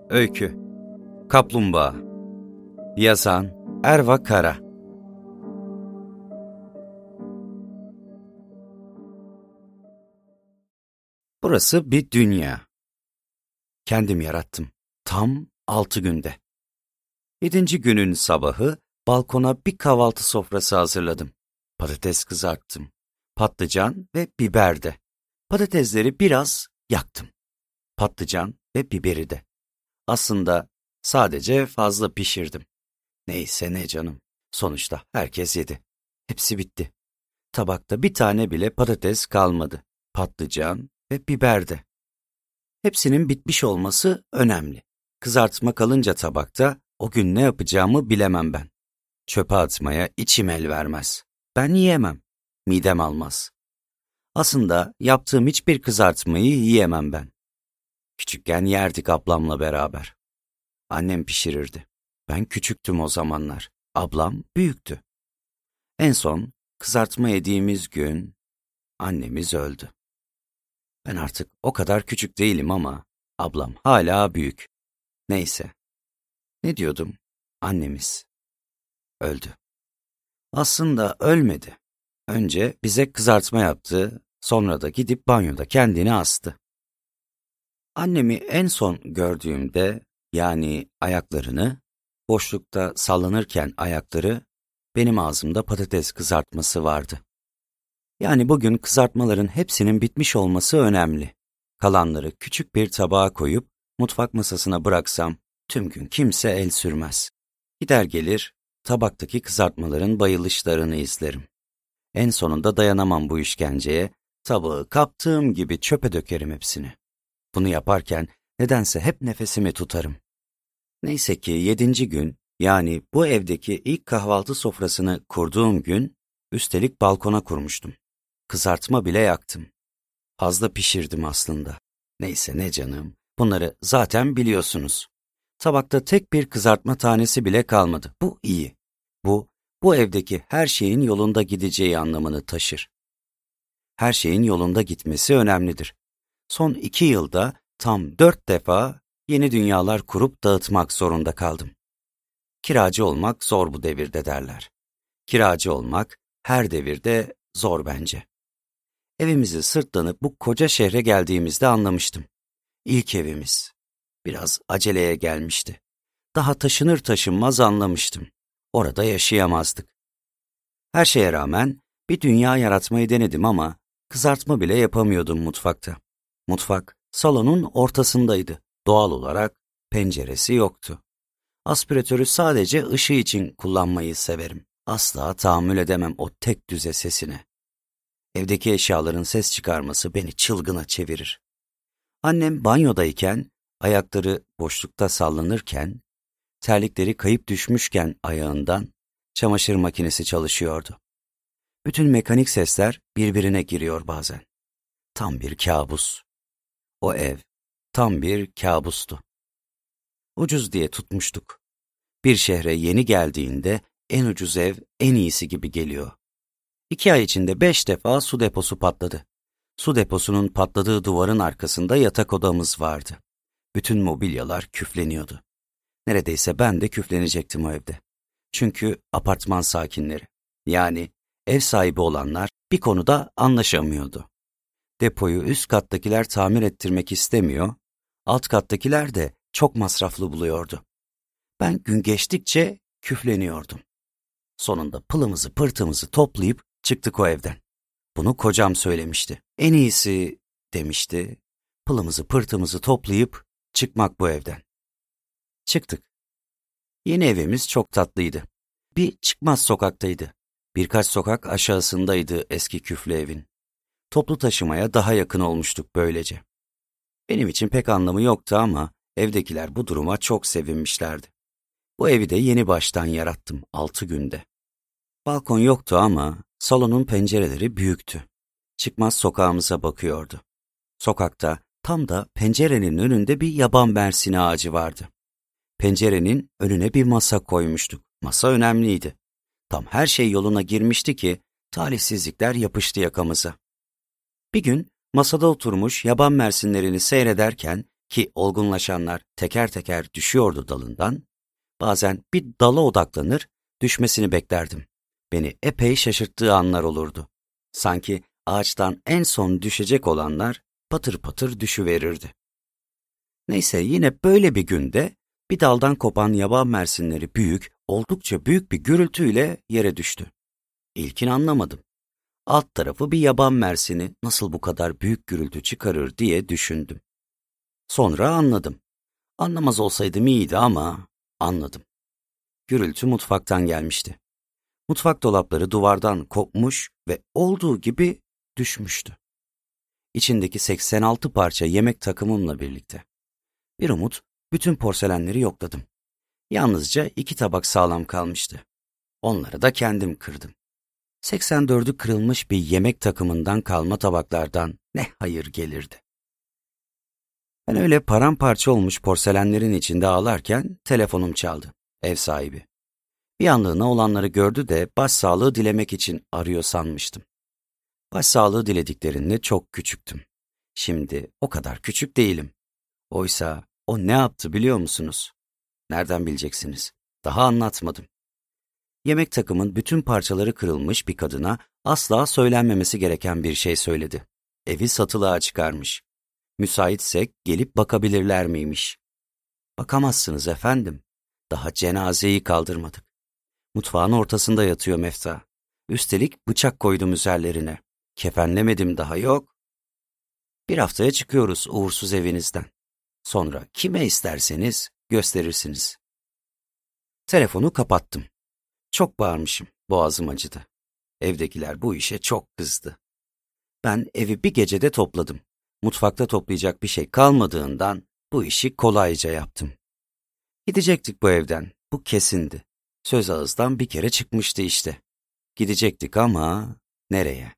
Öykü Kaplumbağa. Yazan Erva Kara. Burası bir dünya. Kendim yarattım. Tam 6 günde. 7. günün sabahı balkona bir kahvaltı sofrası hazırladım. Patates kızarttım. Patlıcan ve biber de. Patatesleri biraz yaktım. Patlıcan ve biberi de. Aslında sadece fazla pişirdim. Neyse ne canım. Sonuçta herkes yedi. Hepsi bitti. Tabakta bir tane bile patates kalmadı. Patlıcan ve biber de. Hepsinin bitmiş olması önemli. Kızartma kalınca tabakta o gün ne yapacağımı bilemem ben. Çöpe atmaya içim el vermez. Ben yiyemem. Midem almaz. Aslında yaptığım hiçbir kızartmayı yiyemem ben. Küçükken yerdik ablamla beraber. Annem pişirirdi. Ben küçüktüm o zamanlar. Ablam büyüktü. En son kızartma yediğimiz gün annemiz öldü. Ben artık o kadar küçük değilim ama ablam hala büyük. Neyse. Ne diyordum? Annemiz öldü. Aslında ölmedi. Önce bize kızartma yaptı, sonra da gidip banyoda kendini astı. Annemi en son gördüğümde, yani ayaklarını, boşlukta sallanırken ayakları, benim ağzımda patates kızartması vardı. Yani bugün kızartmaların hepsinin bitmiş olması önemli. Kalanları küçük bir tabağa koyup mutfak masasına bıraksam tüm gün kimse el sürmez. Gider gelir tabaktaki kızartmaların bayılışlarını izlerim. En sonunda dayanamam bu işkenceye, tabağı kaptığım gibi çöpe dökerim hepsini. Bunu yaparken nedense hep nefesimi tutarım. Neyse ki 7. gün, yani bu evdeki ilk kahvaltı sofrasını kurduğum gün, üstelik balkona kurmuştum. Kızartma bile yaktım. Fazla pişirdim aslında. Neyse ne canım, bunları zaten biliyorsunuz. Tabakta tek bir kızartma tanesi bile kalmadı. Bu iyi. Bu evdeki her şeyin yolunda gideceği anlamını taşır. Her şeyin yolunda gitmesi önemlidir. Son 2 yılda tam 4 defa yeni dünyalar kurup dağıtmak zorunda kaldım. Kiracı olmak zor bu devirde derler. Kiracı olmak her devirde zor bence. Evimizi sırtlanıp bu koca şehre geldiğimizde anlamıştım. İlk evimiz. Biraz aceleye gelmişti. Daha taşınır taşınmaz anlamıştım. Orada yaşayamazdık. Her şeye rağmen bir dünya yaratmayı denedim ama kızartma bile yapamıyordum mutfakta. Mutfak salonun ortasındaydı. Doğal olarak penceresi yoktu. Aspiratörü sadece ışığı için kullanmayı severim. Asla tahammül edemem o tek düze sesine. Evdeki eşyaların ses çıkarması beni çılgına çevirir. Annem banyodayken, ayakları boşlukta sallanırken, terlikleri kayıp düşmüşken ayağından çamaşır makinesi çalışıyordu. Bütün mekanik sesler birbirine giriyor bazen. Tam bir kabus. O ev tam bir kabustu. Ucuz diye tutmuştuk. Bir şehre yeni geldiğinde en ucuz ev en iyisi gibi geliyor. 2 ay içinde 5 defa su deposu patladı. Su deposunun patladığı duvarın arkasında yatak odamız vardı. Bütün mobilyalar küfleniyordu. Neredeyse ben de küflenecektim o evde. Çünkü apartman sakinleri, yani ev sahibi olanlar bir konuda anlaşamıyordu. Depoyu üst kattakiler tamir ettirmek istemiyor, alt kattakiler de çok masraflı buluyordu. Ben gün geçtikçe küfleniyordum. Sonunda pılımızı pırtımızı toplayıp çıktık o evden. Bunu kocam söylemişti. En iyisi demişti, pılımızı pırtımızı toplayıp çıkmak bu evden. Çıktık. Yeni evimiz çok tatlıydı. Bir çıkmaz sokaktaydı. Birkaç sokak aşağısındaydı eski küflü evin. Toplu taşımaya daha yakın olmuştuk böylece. Benim için pek anlamı yoktu ama evdekiler bu duruma çok sevinmişlerdi. Bu evi de yeni baştan yarattım 6 günde. Balkon yoktu ama salonun pencereleri büyüktü. Çıkmaz sokağımıza bakıyordu. Sokakta tam da pencerenin önünde bir yaban mersini ağacı vardı. Pencerenin önüne bir masa koymuştuk. Masa önemliydi. Tam her şey yoluna girmişti ki talihsizlikler yapıştı yakamıza. Bir gün masada oturmuş yaban mersinlerini seyrederken ki olgunlaşanlar teker teker düşüyordu dalından, bazen bir dala odaklanır, düşmesini beklerdim. Beni epey şaşırttığı anlar olurdu. Sanki ağaçtan en son düşecek olanlar patır patır düşüverirdi. Neyse yine böyle bir günde bir daldan kopan yaban mersinleri oldukça büyük bir gürültüyle yere düştü. İlkini anlamadım. Alt tarafı bir yaban mersini nasıl bu kadar büyük gürültü çıkarır diye düşündüm. Sonra anladım. Anlamaz olsaydım iyiydi ama anladım. Gürültü mutfaktan gelmişti. Mutfak dolapları duvardan kopmuş ve olduğu gibi düşmüştü. İçindeki 86 parça yemek takımımla birlikte. Bir umut bütün porselenleri yokladım. Yalnızca 2 tabak sağlam kalmıştı. Onları da kendim kırdım. 84'ü kırılmış bir yemek takımından kalma tabaklardan ne hayır gelirdi. Ben öyle paramparça olmuş porselenlerin içinde ağlarken telefonum çaldı. Ev sahibi. Bir anlığına olanları gördü de başsağlığı dilemek için arıyor sanmıştım. Başsağlığı dilediklerinde çok küçüktüm. Şimdi o kadar küçük değilim. Oysa o ne yaptı biliyor musunuz? Nereden bileceksiniz? Daha anlatmadım. Yemek takımın bütün parçaları kırılmış bir kadına asla söylenmemesi gereken bir şey söyledi. Evi satılığa çıkarmış. Müsaitsek gelip bakabilirler miymiş? Bakamazsınız efendim. Daha cenazeyi kaldırmadık. Mutfağın ortasında yatıyor mefta. Üstelik bıçak koydum üzerlerine. Kefenlemedim daha yok. Bir haftaya çıkıyoruz uğursuz evinizden. Sonra kime isterseniz gösterirsiniz. Telefonu kapattım. Çok bağırmışım, boğazım acıdı. Evdekiler bu işe çok kızdı. Ben evi bir gecede topladım. Mutfakta toplayacak bir şey kalmadığından bu işi kolayca yaptım. Gidecektik bu evden, bu kesindi. Söz ağızdan bir kere çıkmıştı işte. Gidecektik ama nereye?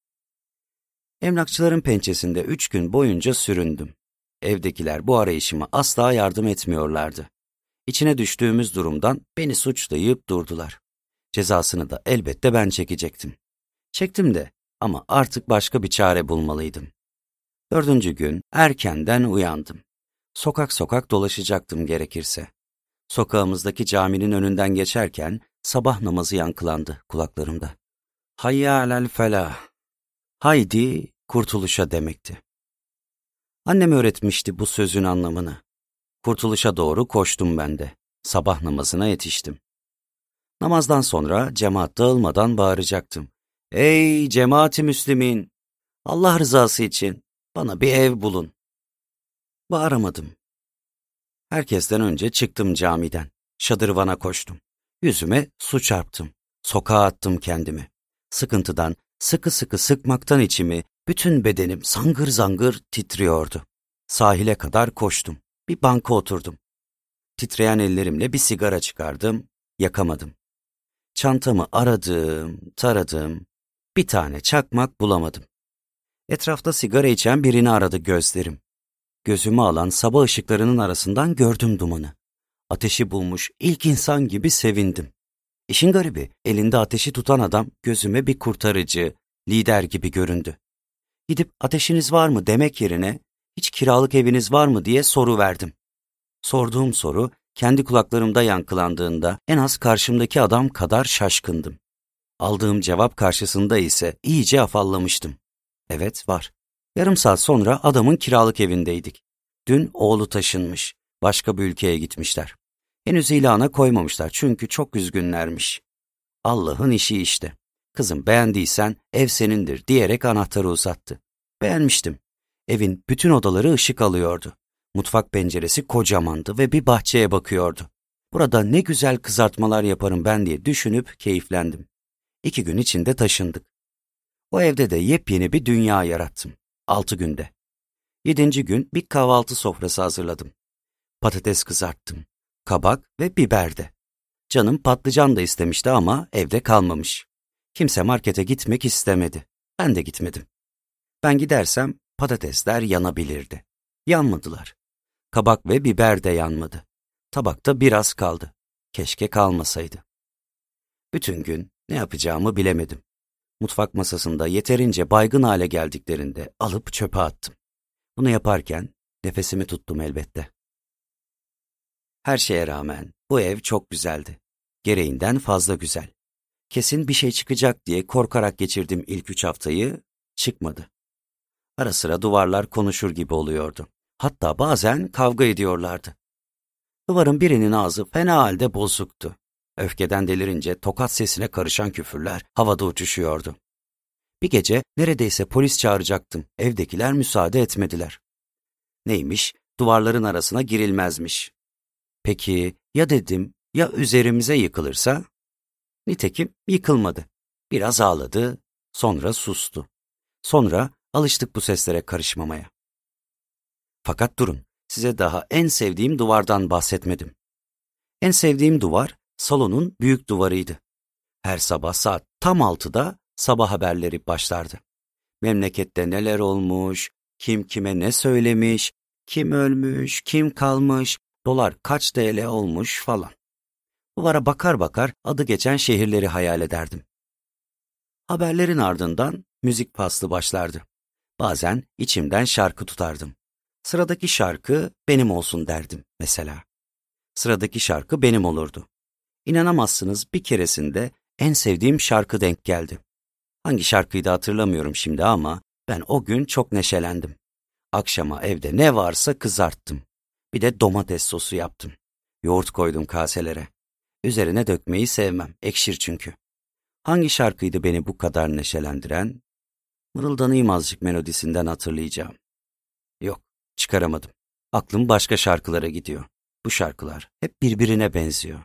Emlakçıların pençesinde 3 gün boyunca süründüm. Evdekiler bu arayışıma asla yardım etmiyorlardı. İçine düştüğümüz durumdan beni suçlayıp durdular. Cezasını da elbette ben çekecektim. Çektim de ama artık başka bir çare bulmalıydım. 4. gün erkenden uyandım. Sokak sokak dolaşacaktım gerekirse. Sokağımızdaki caminin önünden geçerken sabah namazı yankılandı kulaklarımda. Hayya alel felah. Haydi kurtuluşa demekti. Annem öğretmişti bu sözün anlamını. Kurtuluşa doğru koştum ben de. Sabah namazına yetiştim. Namazdan sonra cemaat dağılmadan bağıracaktım. Ey cemaat-i Müslümin! Allah rızası için bana bir ev bulun. Bağıramadım. Herkesten önce çıktım camiden. Şadırvana koştum. Yüzüme su çarptım. Sokağa attım kendimi. Sıkıntıdan, sıkı sıkı sıkmaktan içimi, bütün bedenim zangır zangır titriyordu. Sahile kadar koştum. Bir banka oturdum. Titreyen ellerimle bir sigara çıkardım, yakamadım. Çantamı aradım, taradım. Bir tane çakmak bulamadım. Etrafta sigara içen birini aradı gözlerim. Gözümü alan sabah ışıklarının arasından gördüm dumanı. Ateşi bulmuş ilk insan gibi sevindim. İşin garibi, elinde ateşi tutan adam gözüme bir kurtarıcı, lider gibi göründü. Gidip ateşiniz var mı demek yerine hiç kiralık eviniz var mı diye soru verdim. Sorduğum soru kendi kulaklarımda yankılandığında en az karşımdaki adam kadar şaşkındım. Aldığım cevap karşısında ise iyice afallamıştım. Evet var. Yarım saat sonra adamın kiralık evindeydik. Dün oğlu taşınmış. Başka bir ülkeye gitmişler. Henüz ilana koymamışlar çünkü çok üzgünlermiş. Allah'ın işi işte. Kızım beğendiysen ev senindir diyerek anahtarı uzattı. Beğenmiştim. Evin bütün odaları ışık alıyordu. Mutfak penceresi kocamandı ve bir bahçeye bakıyordu. Burada ne güzel kızartmalar yaparım ben diye düşünüp keyiflendim. 2 gün içinde taşındık. O evde de yepyeni bir dünya yarattım. 6 günde. 7. gün bir kahvaltı sofrası hazırladım. Patates kızarttım. Kabak ve biber de. Canım patlıcan da istemişti ama evde kalmamış. Kimse markete gitmek istemedi. Ben de gitmedim. Ben gidersem patatesler yanabilirdi. Yanmadılar. Kabak ve biber de yanmadı. Tabakta biraz kaldı. Keşke kalmasaydı. Bütün gün ne yapacağımı bilemedim. Mutfak masasında yeterince baygın hale geldiklerinde alıp çöpe attım. Bunu yaparken Nefesimi tuttum elbette. Her şeye rağmen bu ev çok güzeldi. Gereğinden fazla güzel. Kesin bir şey çıkacak diye korkarak geçirdim ilk 3 haftayı, çıkmadı. Ara sıra duvarlar konuşur gibi oluyordu. Hatta bazen kavga ediyorlardı. Duvarın birinin ağzı fena halde bozuktu. Öfkeden delirince tokat sesine karışan küfürler havada uçuşuyordu. Bir gece neredeyse polis çağıracaktım. Evdekiler müsaade etmediler. Neymiş? Duvarların arasına girilmezmiş. Peki ya dedim, ya üzerimize yıkılırsa? Nitekim yıkılmadı. Biraz ağladı, sonra sustu. Sonra alıştık bu seslere karışmamaya. Fakat durun, size daha en sevdiğim duvardan bahsetmedim. En sevdiğim duvar salonun büyük duvarıydı. Her sabah saat tam 6'da sabah haberleri başlardı. Memlekette neler olmuş, kim kime ne söylemiş, kim ölmüş, kim kalmış, dolar kaç TL olmuş falan. Duvara bakar bakar adı geçen şehirleri hayal ederdim. Haberlerin ardından müzik faslı başlardı. Bazen içimden şarkı tutardım. Sıradaki şarkı benim olsun derdim mesela. Sıradaki şarkı benim olurdu. İnanamazsınız, bir keresinde en sevdiğim şarkı denk geldi. Hangi şarkıydı hatırlamıyorum şimdi ama ben o gün çok neşelendim. Akşama evde ne varsa kızarttım. Bir de domates sosu yaptım. Yoğurt koydum kaselere. Üzerine dökmeyi sevmem, ekşir çünkü. Hangi şarkıydı beni bu kadar neşelendiren? Mırıldanayım azıcık, melodisinden hatırlayacağım. Yok, çıkaramadım. Aklım başka şarkılara gidiyor. Bu şarkılar hep birbirine benziyor.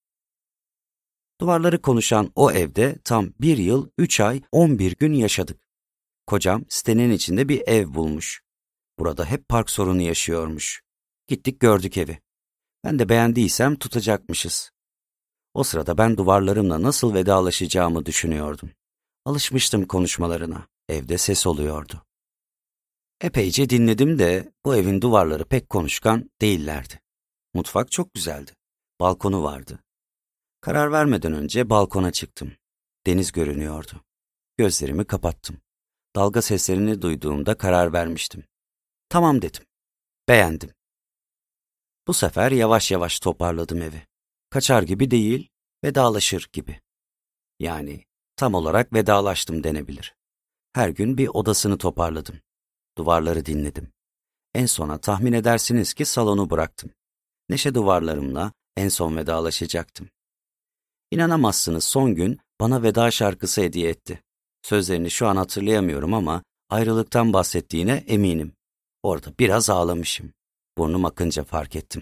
Duvarları konuşan o evde tam 1 yıl 3 ay 11 gün yaşadık. Kocam sitenin içinde bir ev bulmuş. Burada hep park sorunu yaşıyormuş. Gittik gördük evi. Ben de beğendiysem tutacakmışız. O sırada ben duvarlarımla nasıl vedalaşacağımı düşünüyordum. Alışmıştım konuşmalarına. Evde ses oluyordu. Epeyce dinledim de bu evin duvarları pek konuşkan değillerdi. Mutfak çok güzeldi. Balkonu vardı. Karar vermeden önce balkona çıktım. Deniz görünüyordu. Gözlerimi kapattım. Dalga seslerini duyduğumda karar vermiştim. Tamam dedim. Beğendim. Bu sefer yavaş yavaş toparladım evi. Kaçar gibi değil, vedalaşır gibi. Yani tam olarak vedalaştım denebilir. Her gün bir odasını toparladım. Duvarları dinledim. En sona tahmin edersiniz ki salonu bıraktım. Neşe duvarlarımla en son vedalaşacaktım. İnanamazsınız, son gün bana veda şarkısı hediye etti. Sözlerini şu an hatırlayamıyorum ama ayrılıktan bahsettiğine eminim. Orada biraz ağlamışım. Burnum akınca fark ettim.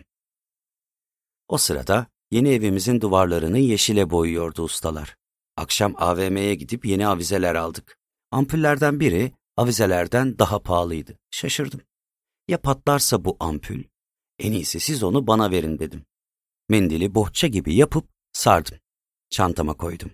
O sırada yeni evimizin duvarlarını yeşile boyuyordu ustalar. Akşam AVM'ye gidip yeni avizeler aldık. Ampullerden biri avizelerden daha pahalıydı. Şaşırdım. Ya patlarsa bu ampul? En iyisi siz onu bana verin dedim. Mendili bohça gibi yapıp sardım. Çantama koydum.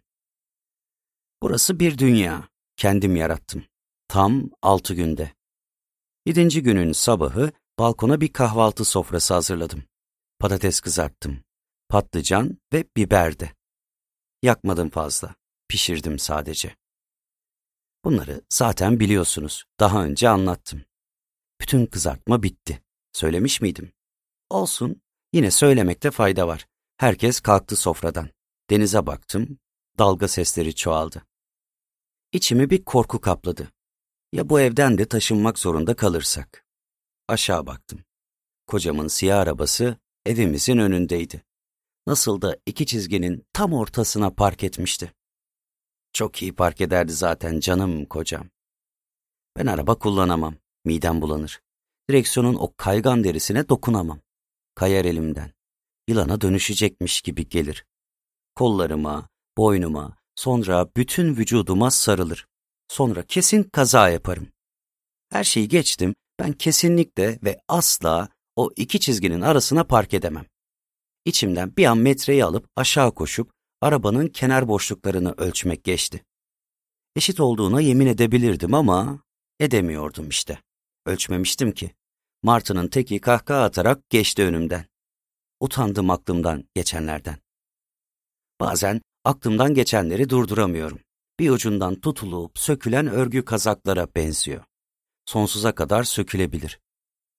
Burası bir dünya. Kendim yarattım. Tam 6 günde. 7. günün sabahı balkona bir kahvaltı sofrası hazırladım. Patates kızarttım. Patlıcan ve biber de. Yakmadım fazla. Pişirdim sadece. Bunları zaten biliyorsunuz. Daha önce anlattım. Bütün kızartma bitti. Söylemiş miydim? Olsun. Yine söylemekte fayda var. Herkes kalktı sofradan. Denize baktım. Dalga sesleri çoğaldı. İçimi bir korku kapladı. Ya bu evden de taşınmak zorunda kalırsak? Aşağı baktım. Kocamın siyah arabası evimizin önündeydi. Nasıl da 2 çizginin tam ortasına park etmişti. Çok iyi park ederdi zaten canım kocam. Ben araba kullanamam. Midem bulanır. Direksiyonun o kaygan derisine dokunamam. Kayar elimden. Yılana dönüşecekmiş gibi gelir. Kollarıma, boynuma, sonra bütün vücuduma sarılır. Sonra kesin kaza yaparım. Her şeyi geçtim, ben kesinlikle ve asla o 2 çizginin arasına park edemem. İçimden bir an metreyi alıp aşağı koşup arabanın kenar boşluklarını ölçmek geçti. Eşit olduğuna yemin edebilirdim ama edemiyordum işte. Ölçmemiştim ki. Martı'nın teki kahkaha atarak geçti önümden. Utandım aklımdan geçenlerden. Bazen aklımdan geçenleri durduramıyorum. Bir ucundan tutulup sökülen örgü kazaklara benziyor. Sonsuza kadar sökülebilir.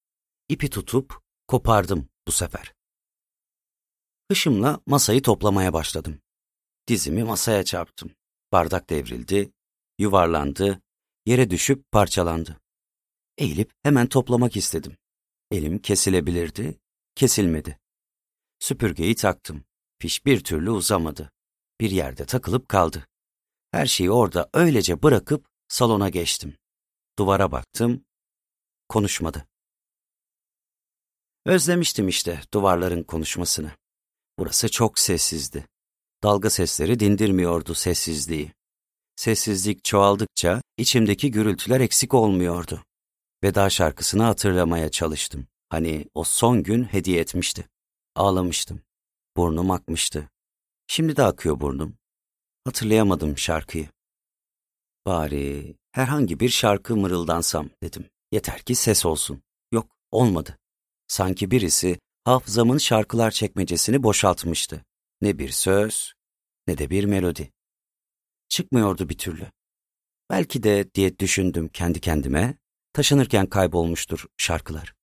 İpi tutup kopardım bu sefer. Hışımla masayı toplamaya başladım. Dizimi masaya çarptım. Bardak devrildi, yuvarlandı, yere düşüp parçalandı. Eğilip hemen toplamak istedim. Elim kesilebilirdi, kesilmedi. Süpürgeyi taktım. Fiş bir türlü uzamadı. Bir yerde takılıp kaldı. Her şeyi orada öylece bırakıp salona geçtim. Duvara baktım, konuşmadı. Özlemiştim işte duvarların konuşmasını. Burası çok sessizdi. Dalga sesleri dindirmiyordu sessizliği. Sessizlik çoğaldıkça içimdeki gürültüler eksik olmuyordu. Veda şarkısını hatırlamaya çalıştım. Hani o son gün hediye etmişti. Ağlamıştım. Burnum akmıştı. Şimdi de akıyor burnum. Hatırlayamadım şarkıyı. Bari herhangi bir şarkı mırıldansam dedim. Yeter ki ses olsun. Yok, olmadı. Sanki birisi hafızamın şarkılar çekmecesini boşaltmıştı. Ne bir söz, ne de bir melodi. Çıkmıyordu bir türlü. Belki de diye düşündüm kendi kendime, taşınırken kaybolmuştur şarkılar.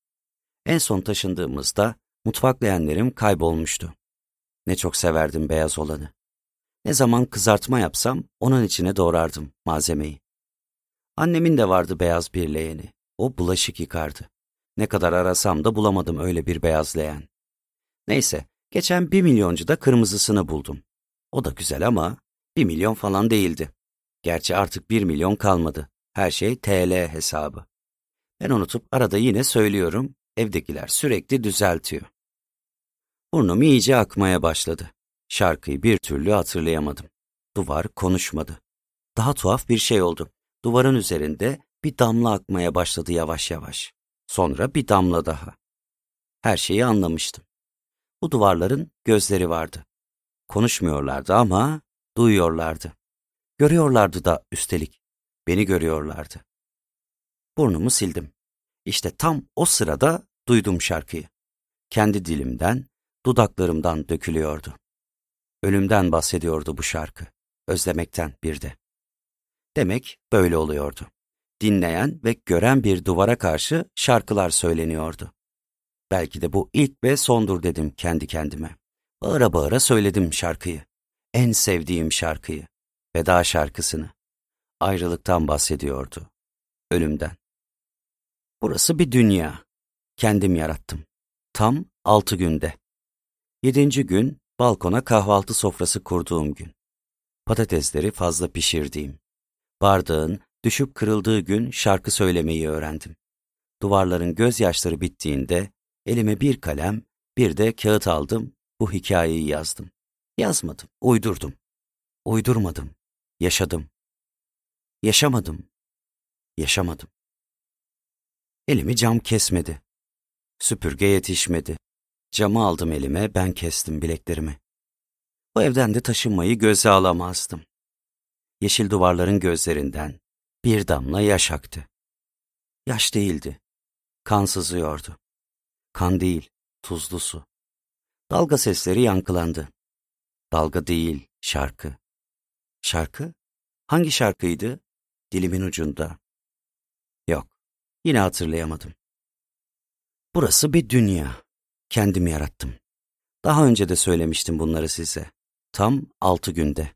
En son taşındığımızda mutfak leğenlerim kaybolmuştu. Ne çok severdim beyaz olanı. Ne zaman kızartma yapsam onun içine doğrardım malzemeyi. Annemin de vardı beyaz bir leğeni. O bulaşık yıkardı. Ne kadar arasam da bulamadım öyle bir beyaz leğen. Neyse, geçen 1 milyoncuda kırmızısını buldum. O da güzel ama 1 milyon falan değildi. Gerçi artık 1 milyon kalmadı. Her şey TL hesabı. Ben unutup arada yine söylüyorum, evdekiler sürekli düzeltiyor. Burnum iyice akmaya başladı. Şarkıyı bir türlü hatırlayamadım. Duvar konuşmadı. Daha tuhaf bir şey oldu. Duvarın üzerinde bir damla akmaya başladı yavaş yavaş. Sonra bir damla daha. Her şeyi anlamıştım. Bu duvarların gözleri vardı. Konuşmuyorlardı ama duyuyorlardı. Görüyorlardı da üstelik. Beni görüyorlardı. Burnumu sildim. İşte tam o sırada duydum şarkıyı. Kendi dilimden, dudaklarımdan dökülüyordu. Ölümden bahsediyordu bu şarkı. Özlemekten bir de. Demek böyle oluyordu. Dinleyen ve gören bir duvara karşı şarkılar söyleniyordu. Belki de bu ilk ve sondur dedim kendi kendime. Bağıra bağıra söyledim şarkıyı. En sevdiğim şarkıyı. Veda şarkısını. Ayrılıktan bahsediyordu. Ölümden. Burası bir dünya. Kendim yarattım. Tam 6 günde. 7. gün balkona kahvaltı sofrası kurduğum gün. Patatesleri fazla pişirdiğim. Bardağın düşüp kırıldığı gün şarkı söylemeyi öğrendim. Duvarların gözyaşları bittiğinde elime bir kalem, bir de kağıt aldım, bu hikayeyi yazdım. Yazmadım, uydurdum. Uydurmadım, yaşadım. Yaşamadım, yaşamadım. Elimi cam kesmedi. Süpürge yetişmedi. Camı aldım elime, ben kestim bileklerimi. Bu evden de taşınmayı göze alamazdım. Yeşil duvarların gözlerinden bir damla yaş aktı. Yaş değildi, kan sızıyordu. Kan değil, tuzlu su. Dalga sesleri yankılandı. Dalga değil, şarkı. Şarkı? Hangi şarkıydı? Dilimin ucunda. Yok, yine hatırlayamadım. Burası bir dünya. Kendim yarattım. Daha önce de söylemiştim bunları size. Tam 6 günde.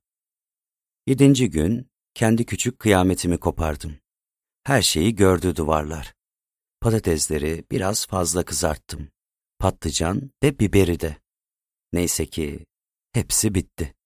7. gün kendi küçük kıyametimi kopardım. Her şeyi gördü duvarlar. Patatesleri biraz fazla kızarttım. Patlıcan ve biberi de. Neyse ki hepsi bitti.